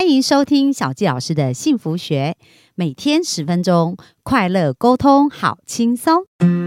欢迎收听小纪老师的幸福学，每天10分钟，快乐沟通好轻松。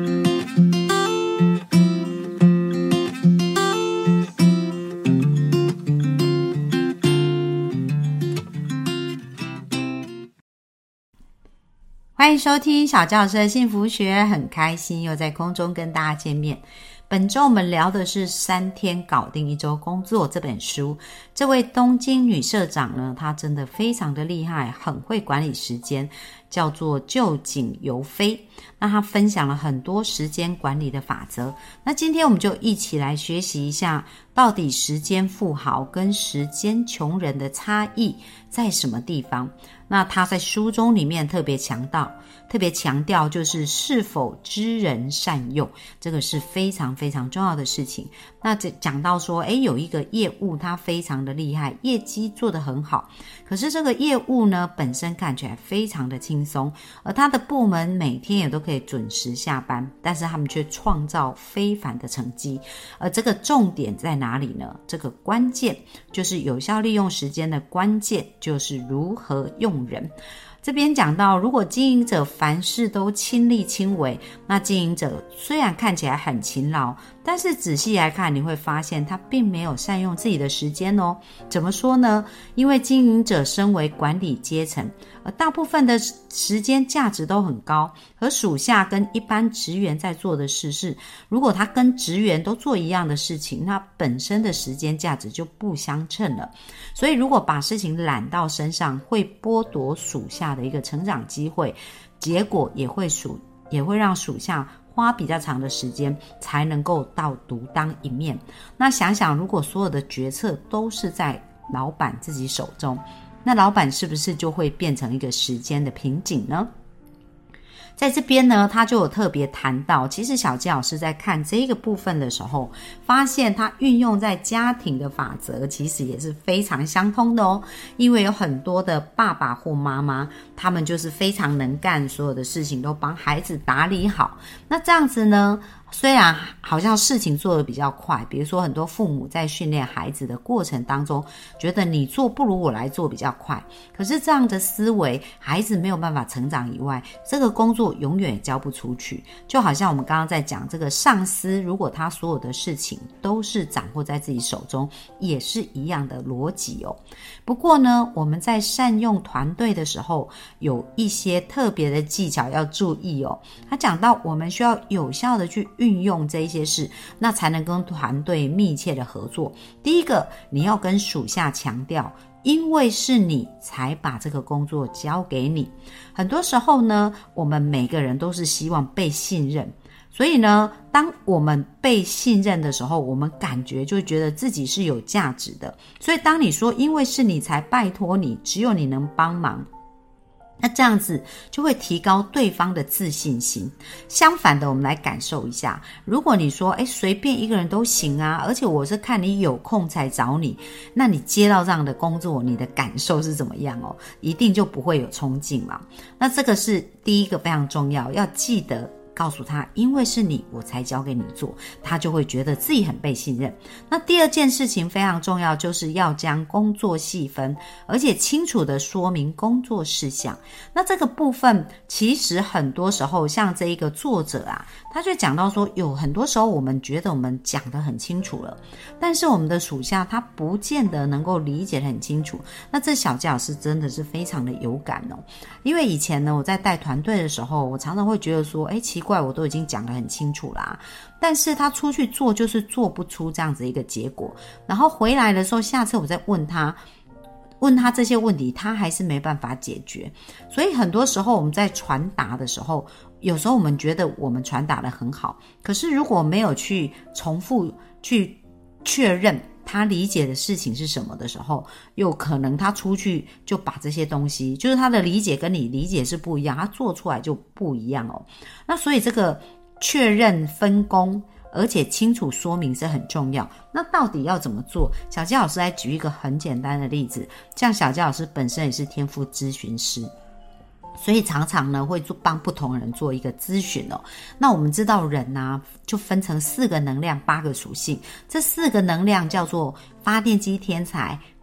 欢迎收听小纪老师的幸福学，很开心又在空中跟大家见面。本周我们聊的是3天搞定1周工作这本书。这位东京女社长呢，她真的非常的厉害，很会管理时间，叫做臼井由非。那她分享了很多时间管理的法则。那今天我们就一起来学习一下，到底时间富豪跟时间穷人的差异在什么地方。那她在书中里面特别强调就是是否知人善用，这个是非常非常重要的事情。那讲到说有一个业务他非常的厉害，业绩做得很好，可是这个业务呢本身看起来非常的轻松，而他的部门每天也都可以准时下班，但是他们却创造非凡的成绩。而这个重点在哪里呢？这个关键就是有效利用时间的关键就是如何用人。这边讲到，如果经营者凡事都亲力亲为，那经营者虽然看起来很勤劳，但是仔细来看，你会发现他并没有善用自己的时间哦。怎么说呢？因为经营者身为管理阶层，而大部分的时间价值都很高，和属下跟一般职员在做的事是，如果他跟职员都做一样的事情，那本身的时间价值就不相称了。所以如果把事情揽到身上，会剥夺属下的一个成长机会，结果也会让属下花比较长的时间才能够到独当一面。那想想，如果所有的决策都是在老板自己手中，那老板是不是就会变成一个时间的瓶颈呢？在这边呢，他就有特别谈到，其实小纪老师在看这个部分的时候，发现他运用在家庭的法则其实也是非常相通的哦。因为有很多的爸爸或妈妈，他们就是非常能干，所有的事情都帮孩子打理好。那这样子呢，虽然好像事情做得比较快，比如说很多父母在训练孩子的过程当中，觉得你做不如我来做比较快，可是这样的思维，孩子没有办法成长以外，这个工作永远也交不出去。就好像我们刚刚在讲这个上司，如果他所有的事情都是掌握在自己手中，也是一样的逻辑哦。不过呢，我们在善用团队的时候，有一些特别的技巧要注意哦。他讲到我们需要有效的去运用这一些事，那才能跟团队密切的合作。第一个，你要跟属下强调，因为是你才把这个工作交给你。很多时候呢，我们每个人都是希望被信任，所以呢，当我们被信任的时候，我们感觉就会觉得自己是有价值的。所以当你说因为是你才拜托你，只有你能帮忙，那这样子就会提高对方的自信心。相反的，我们来感受一下，如果你说随便一个人都行啊，而且我是看你有空才找你，那你接到这样的工作，你的感受是怎么样哦？一定就不会有冲劲嘛。那这个是第一个非常重要，要记得告诉他，因为是你我才交给你做，他就会觉得自己很被信任。那第二件事情非常重要，就是要将工作细分，而且清楚地说明工作事项。那这个部分其实很多时候，像这一个作者啊，他就讲到说，有很多时候我们觉得我们讲得很清楚了，但是我们的属下他不见得能够理解得很清楚。那这小纪老师真的是非常的有感哦。因为以前呢，我在带团队的时候，我常常会觉得说，奇怪，我都已经讲得很清楚啦，但是他出去做就是做不出这样子一个结果，然后回来的时候，下次我再问他这些问题，他还是没办法解决。所以很多时候我们在传达的时候，有时候我们觉得我们传达得很好，可是如果没有去重复去确认他理解的事情是什么的时候，有可能他出去就把这些东西，就是他的理解跟你理解是不一样，他做出来就不一样哦。那所以这个确认分工，而且清楚说明是很重要。那到底要怎么做？小纪老师来举一个很简单的例子，像小纪老师本身也是天赋咨询师，所以常常呢会帮不同人做一个咨询哦。那我们知道人啊就分成4个能量8个属性，这4个能量叫做发电机天才、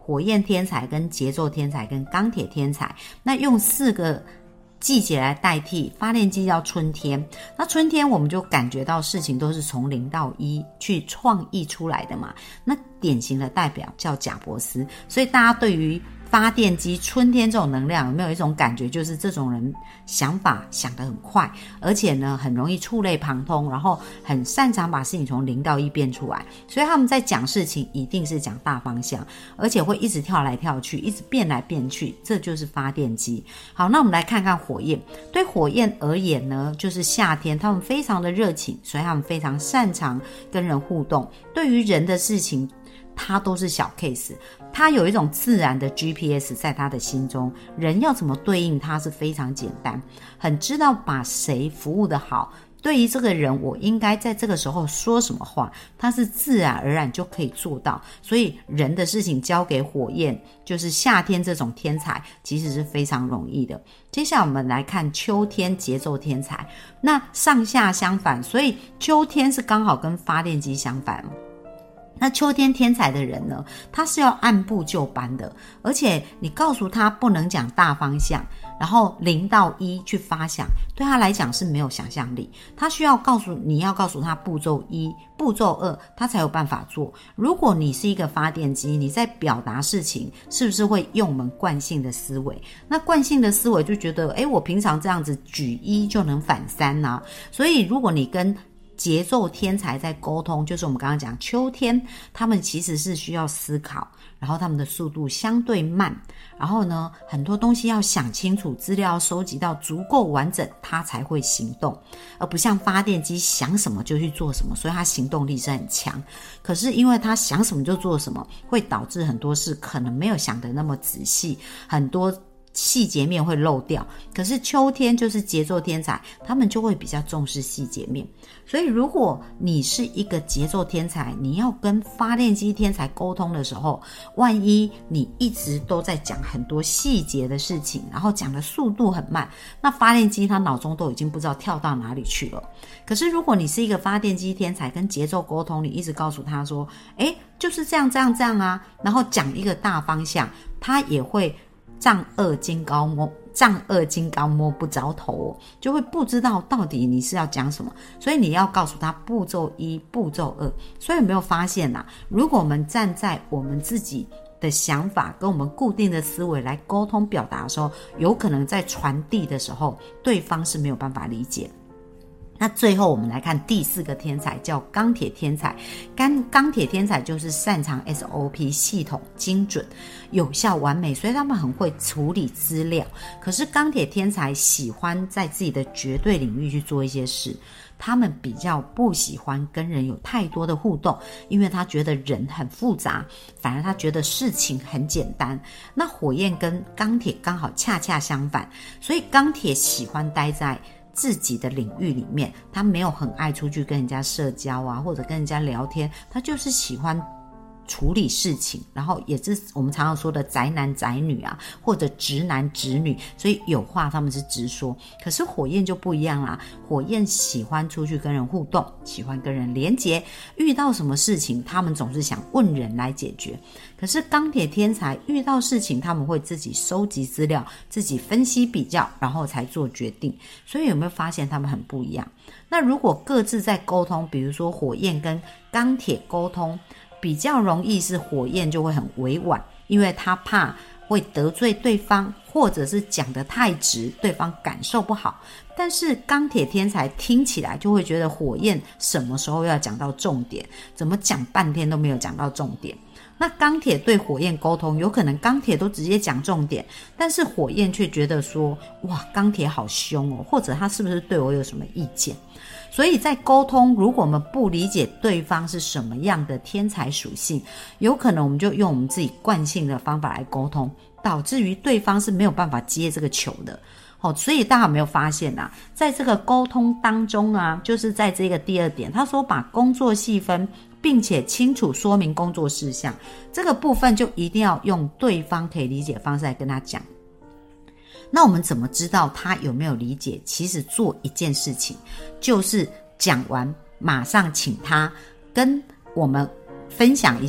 火焰天才跟节奏天才跟钢铁天才，那用4个季节来代替，发电机叫春天。那春天我们就感觉到事情都是从0到1去创意出来的嘛，那典型的代表叫贾伯斯。所以大家对于发电机春天这种能量有没有一种感觉，就是这种人想法想得很快，而且呢很容易触类旁通，然后很擅长把事情从0到1变出来，所以他们在讲事情一定是讲大方向，而且会一直跳来跳去，一直变来变去，这就是发电机。好，那我们来看看火焰。对火焰而言呢，就是夏天他们非常的热情，所以他们非常擅长跟人互动，对于人的事情他都是小 case， 他有一种自然的 GPS 在他的心中，人要怎么对应他是非常简单，很知道把谁服务的好，对于这个人我应该在这个时候说什么话，他是自然而然就可以做到。所以人的事情交给火焰，就是夏天这种天才，其实是非常容易的。接下来我们来看秋天节奏天才，那上下相反，所以秋天是刚好跟发电机相反。那秋天天才的人呢，他是要按部就班的，而且你告诉他不能讲大方向，然后0到1去发想，对他来讲是没有想象力，他需要你要告诉他步骤1步骤2，他才有办法做。如果你是一个发电机，你在表达事情是不是会用我们惯性的思维？那惯性的思维就觉得我平常这样子举1就能反3啊，所以如果你跟节奏天才在沟通，就是我们刚刚讲秋天，他们其实是需要思考，然后他们的速度相对慢，然后呢很多东西要想清楚，资料要收集到足够完整，他才会行动，而不像发电机想什么就去做什么，所以他行动力是很强。可是因为他想什么就做什么，会导致很多事可能没有想得那么仔细，很多细节面会漏掉。可是秋天就是节奏天才，他们就会比较重视细节面。所以如果你是一个节奏天才，你要跟发电机天才沟通的时候，万一你一直都在讲很多细节的事情，然后讲的速度很慢，那发电机他脑中都已经不知道跳到哪里去了。可是如果你是一个发电机天才，跟节奏沟通，你一直告诉他说就是这样这样这样啊，然后讲一个大方向，他也会丈二金刚摸不着头就会不知道到底你是要讲什么。所以你要告诉他步骤1步骤2。所以有没有发现如果我们站在我们自己的想法跟我们固定的思维来沟通表达的时候，有可能在传递的时候对方是没有办法理解。那最后我们来看第4个天才，叫钢铁天才。钢铁天才就是擅长 SOP 系统精准有效完美，所以他们很会处理资料。可是钢铁天才喜欢在自己的绝对领域去做一些事，他们比较不喜欢跟人有太多的互动，因为他觉得人很复杂，反而他觉得事情很简单。那火焰跟钢铁刚好恰恰相反，所以钢铁喜欢待在自己的领域里面，他没有很爱出去跟人家社交啊，或者跟人家聊天，他就是喜欢处理事情，然后也是我们常常说的宅男宅女啊，或者直男直女，所以有话他们是直说。可是火焰就不一样啦，火焰喜欢出去跟人互动，喜欢跟人连结，遇到什么事情他们总是想问人来解决。可是钢铁天才遇到事情他们会自己收集资料，自己分析比较，然后才做决定。所以有没有发现他们很不一样？那如果各自在沟通，比如说火焰跟钢铁沟通，比较容易是火焰就会很委婉，因为他怕会得罪对方，或者是讲得太直，对方感受不好。但是钢铁天才听起来就会觉得火焰什么时候要讲到重点，怎么讲半天都没有讲到重点。那钢铁对火焰沟通，有可能钢铁都直接讲重点，但是火焰却觉得说，哇，钢铁好凶哦，或者他是不是对我有什么意见？所以在沟通，如果我们不理解对方是什么样的天才属性，有可能我们就用我们自己惯性的方法来沟通，导致于对方是没有办法接这个球的。所以大家有没有发现在这个沟通当中就是在这个第2点，他说把工作细分，并且清楚说明工作事项，这个部分就一定要用对方可以理解的方式来跟他讲。那我们怎么知道他有没有理解？其实做一件事情，就是讲完马上请他跟我们分享一下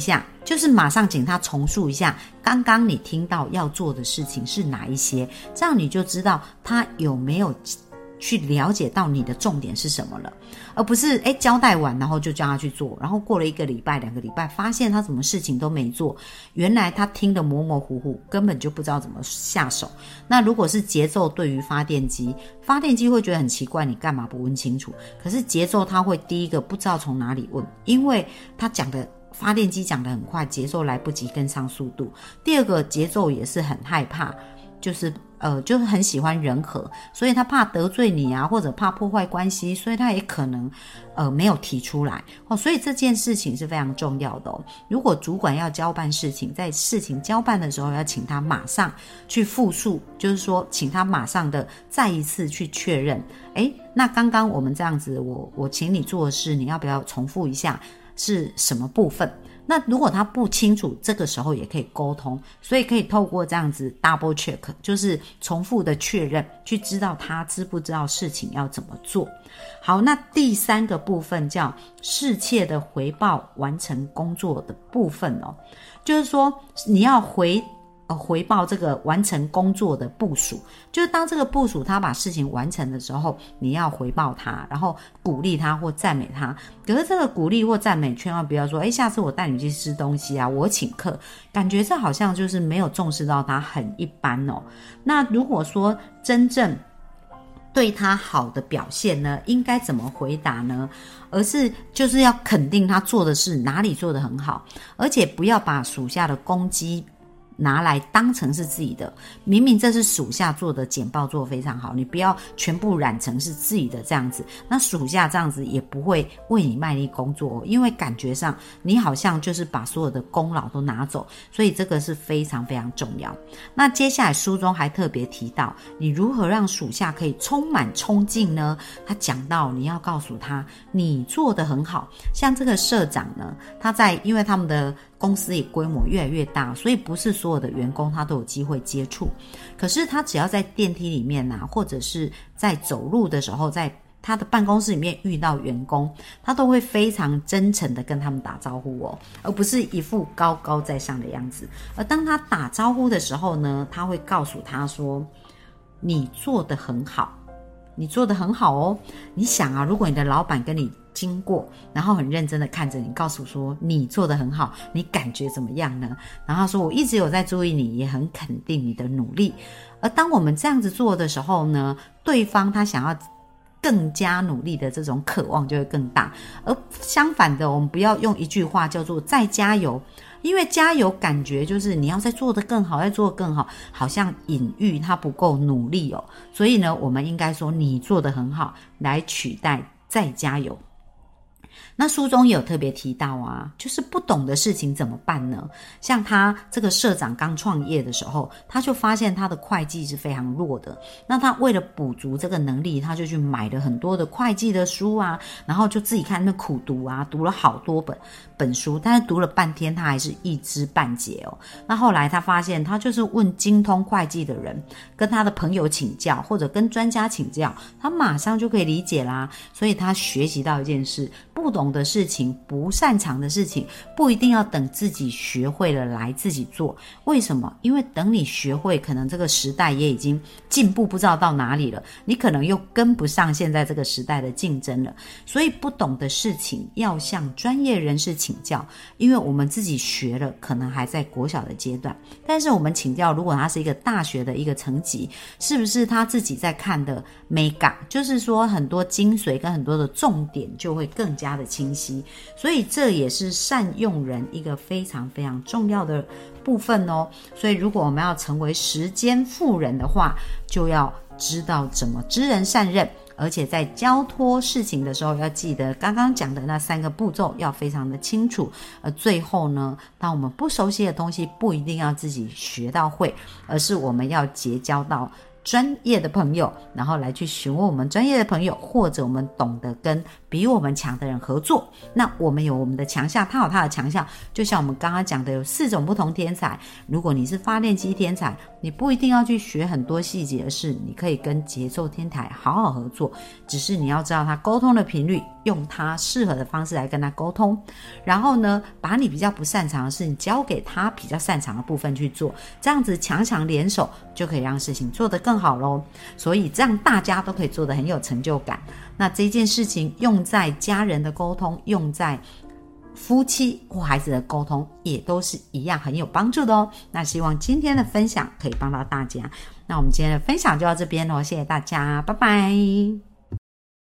就是马上请他重述一下刚刚你听到要做的事情是哪一些，这样你就知道他有没有去了解到你的重点是什么了，而不是交代完然后就叫他去做，然后过了1个礼拜2个礼拜发现他什么事情都没做，原来他听得模模糊糊，根本就不知道怎么下手。那如果是节奏对于发电机会觉得很奇怪，你干嘛不问清楚？可是节奏他会第一个不知道从哪里问，因为他发电机讲得很快，节奏来不及跟上速度。第二个节奏也是很害怕，就是很喜欢人和，所以他怕得罪你啊，或者怕破坏关系，所以他也可能没有提出来所以这件事情是非常重要的如果主管要交办事情，在事情交办的时候要请他马上去复述，就是说请他马上的再一次去确认，那刚刚我们这样子我请你做的事，你要不要重复一下是什么部分？那如果他不清楚，这个时候也可以沟通，所以可以透过这样子 double check， 就是重复的确认，去知道他知不知道事情要怎么做。好，那第3个部分叫适切的回报完成工作的部分就是说你要回报这个完成工作的部属，就是当这个部属他把事情完成的时候，你要回报他，然后鼓励他或赞美他。可是这个鼓励或赞美千万不要说下次我带你去吃东西啊，我请客，感觉这好像就是没有重视到他，很一般那如果说真正对他好的表现呢，应该怎么回答呢？而是就是要肯定他做的事哪里做得很好，而且不要把属下的攻击拿来当成是自己的，明明这是属下做的简报做得非常好，你不要全部染成是自己的这样子，那属下这样子也不会为你卖力工作因为感觉上你好像就是把所有的功劳都拿走，所以这个是非常非常重要。那接下来书中还特别提到你如何让属下可以充满冲劲呢？他讲到你要告诉他你做得很好，像这个社长呢，因为他们的公司也规模越来越大，所以不是所有的员工他都有机会接触，可是他只要在电梯里面或者是在走路的时候，在他的办公室里面遇到员工，他都会非常真诚的跟他们打招呼而不是一副高高在上的样子。而当他打招呼的时候呢，他会告诉他说你做得很好，你做得很好你想如果你的老板跟你经过，然后很认真的看着你，告诉说你做得很好，你感觉怎么样呢？然后他说我一直有在注意你，也很肯定你的努力。而当我们这样子做的时候呢，对方他想要更加努力的这种渴望就会更大。而相反的，我们不要用一句话叫做再加油，因为加油感觉就是你要再做得更好，再做得更好，好像隐喻他不够努力所以呢，我们应该说你做得很好，来取代再加油。那书中也有特别提到就是不懂的事情怎么办呢？像他这个社长刚创业的时候，他就发现他的会计是非常弱的，那他为了补足这个能力，他就去买了很多的会计的书然后就自己看那苦读读了好多本书，但是读了半天他还是一知半解那后来他发现他就是问精通会计的人，跟他的朋友请教，或者跟专家请教，他马上就可以理解啦。所以他学习到一件事，不懂的事情，不擅长的事情，不一定要等自己学会了来自己做。为什么？因为等你学会，可能这个时代也已经进步不知道到哪里了，你可能又跟不上现在这个时代的竞争了。所以不懂的事情要向专业人士请教，因为我们自己学了可能还在国小的阶段，但是我们请教，如果他是一个大学的一个层级，是不是他自己在看的美感，就是说很多精髓跟很多的重点就会更加的清晰。所以这也是善用人一个非常非常重要的部分所以如果我们要成为时间富人的话，就要知道怎么知人善任，而且在交托事情的时候要记得刚刚讲的那3个步骤要非常的清楚。最后呢，当我们不熟悉的东西不一定要自己学到会，而是我们要结交到专业的朋友，然后来去询问我们专业的朋友，或者我们懂得跟比我们强的人合作。那我们有我们的强项，他有他的强项，就像我们刚刚讲的有4种不同天才。如果你是发电机天才，你不一定要去学很多细节的事，你可以跟节奏天才好好合作，只是你要知道他沟通的频率，用他适合的方式来跟他沟通，然后呢，把你比较不擅长的事，你交给他比较擅长的部分去做，这样子强强联手就可以让事情做得更好咯。所以这样大家都可以做得很有成就感。那这件事情用在家人的沟通，用在夫妻或孩子的沟通，也都是一样很有帮助的哦。那希望今天的分享可以帮到大家。那我们今天的分享就到这边咯，谢谢大家，拜拜。